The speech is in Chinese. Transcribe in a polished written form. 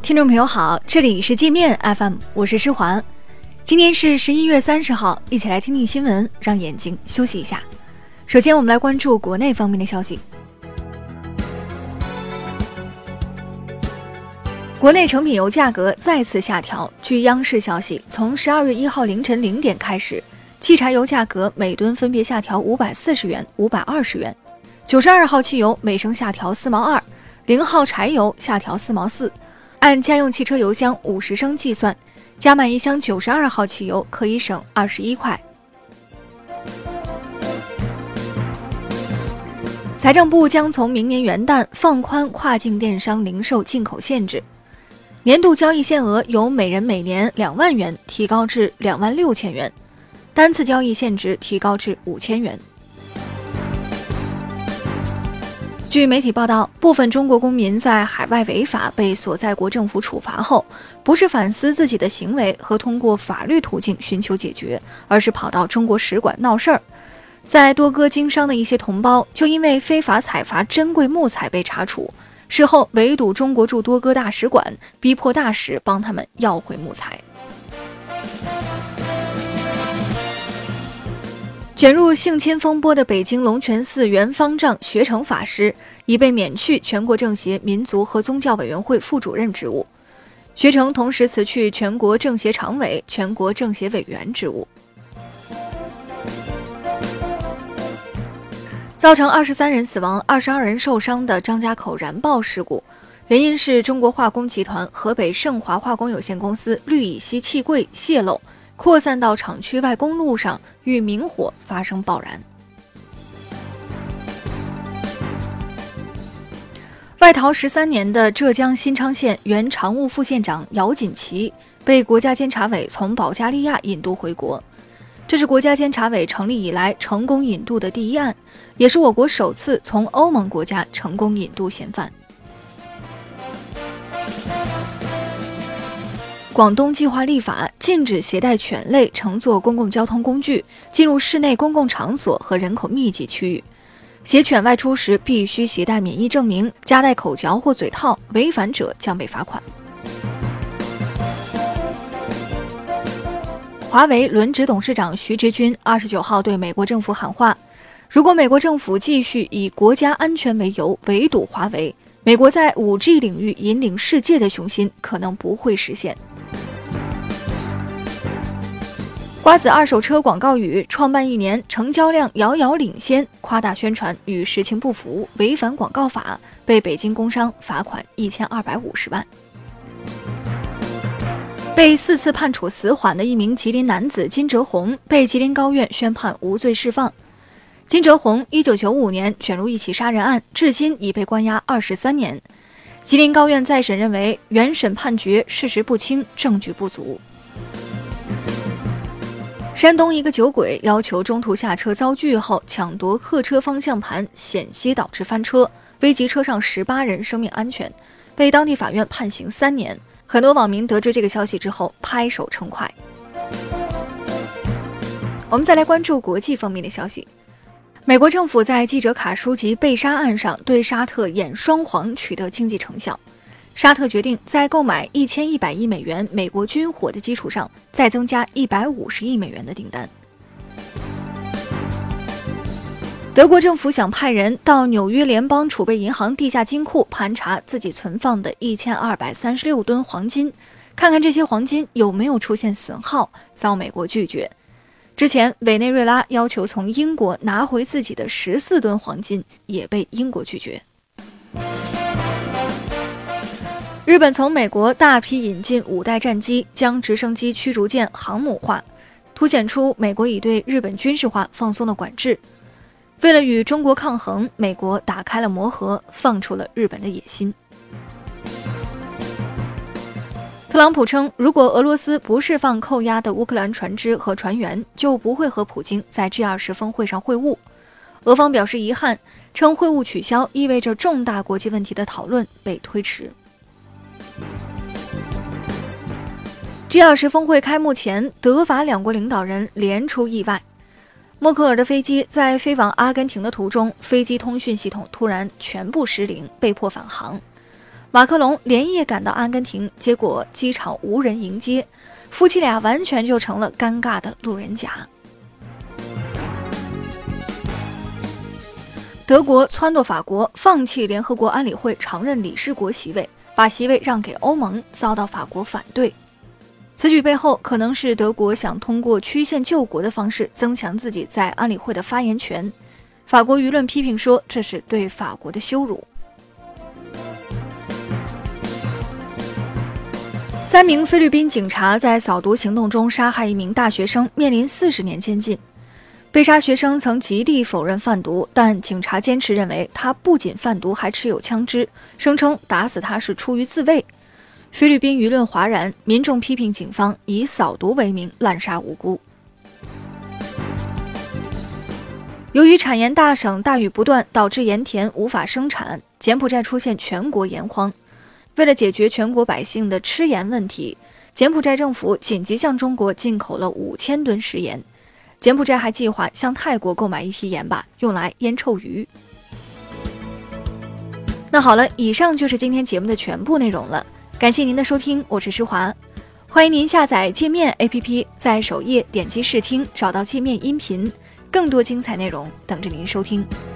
听众朋友好，这里是界面 FM， 我是施华。今天是11月30号，一起来听听新闻，让眼睛休息一下。首先我们来关注国内方面的消息。国内成品油价格再次下调。据央视消息，从12月1号凌晨0点开始，汽柴油价格每吨分别下调540元、520元，92号汽油每升下调4毛2， 0号柴油下调4毛4。按家用汽车油箱50升计算，加满一箱92号汽油可以省21块。财政部将从明年元旦放宽跨境电商零售进口限制，年度交易限额由每人每年2万元提高至2万6千元，单次交易限值提高至5000元。据媒体报道，部分中国公民在海外违法被所在国政府处罚后，不是反思自己的行为和通过法律途径寻求解决，而是跑到中国使馆闹事儿。在多哥经商的一些同胞就因为非法采伐珍贵木材被查处，事后围堵中国驻多哥大使馆，逼迫大使帮他们要回木材。卷入性侵风波的北京龙泉寺原方丈学成法师已被免去全国政协民族和宗教委员会副主任职务，学成同时辞去全国政协常委、全国政协委员职务。造成23人死亡、22人受伤的张家口燃爆事故，原因是中国化工集团河北盛华化工有限公司氯乙烯气柜泄漏，扩散到厂区外公路上，遇明火发生爆燃。外逃13年的浙江新昌县原常务副县长姚锦旗被国家监察委从保加利亚引渡回国，这是国家监察委成立以来成功引渡的第一案，也是我国首次从欧盟国家成功引渡嫌犯。广东计划立法禁止携带犬类乘坐公共交通工具进入室内公共场所和人口密集区域，携犬外出时必须携带免疫证明，夹带口嚼或嘴套，违反者将被罚款。华为轮值董事长徐直军29号对美国政府喊话，如果美国政府继续以国家安全为由围堵华为，美国在 5G 领域引领世界的雄心可能不会实现。瓜子二手车广告语创办1年，成交量遥遥领先，夸大宣传与实情不符，违反广告法，被北京工商罚款1250万。被4次判处死缓的一名吉林男子金哲红被吉林高院宣判无罪释放。金哲红1995年卷入一起杀人案，至今已被关押23年。吉林高院再审认为，原审判决事实不清，证据不足。山东一个酒鬼要求中途下车遭拒后抢夺客车方向盘，险些导致翻车，危及车上18人生命安全，被当地法院判刑3年。很多网民得知这个消息之后拍手称快。我们再来关注国际方面的消息。美国政府在记者卡舒吉被杀案上对沙特演双簧取得经济成效，沙特决定在购买1100亿美元美国军火的基础上再增加150亿美元的订单。德国政府想派人到纽约联邦储备银行地下金库盘查自己存放的1236吨黄金，看看这些黄金有没有出现损耗，遭美国拒绝。之前委内瑞拉要求从英国拿回自己的14吨黄金，也被英国拒绝。日本从美国大批引进5代战机，将直升机驱逐舰航母化，凸显出美国已对日本军事化放松的管制。为了与中国抗衡，美国打开了魔盒，放出了日本的野心。特朗普称，如果俄罗斯不释放扣押的乌克兰船只和船员，就不会和普京在 G20 峰会上会晤。俄方表示遗憾，称会晤取消意味着重大国际问题的讨论被推迟。G20 峰会开幕前，德法2国领导人连出意外。默克尔的飞机在飞往阿根廷的途中，飞机通讯系统突然全部失灵，被迫返航。 马克龙连夜赶到阿根廷，结果机场无人迎接，夫妻俩完全就成了尴尬的路人甲。德国撺掇法国放弃联合国安理会常任理事国席位，把席位让给欧盟，遭到法国反对。此举背后可能是德国想通过曲线救国的方式增强自己在安理会的发言权。法国舆论批评说，这是对法国的羞辱。3名菲律宾警察在扫毒行动中杀害一名大学生，面临40年监禁。被杀学生曾极力否认贩毒，但警察坚持认为他不仅贩毒，还持有枪支，声称打死他是出于自卫。菲律宾舆论哗然，民众批评警方以扫毒为名滥杀无辜。由于产盐大省大雨不断，导致盐田无法生产，柬埔寨出现全国盐荒。为了解决全国百姓的吃盐问题，柬埔寨政府紧急向中国进口了5000吨食盐。柬埔寨还计划向泰国购买一批盐巴，用来腌臭鱼。那好了，以上就是今天节目的全部内容了，感谢您的收听，我是施华，欢迎您下载界面 APP， 在首页点击试听，找到界面音频，更多精彩内容等着您收听。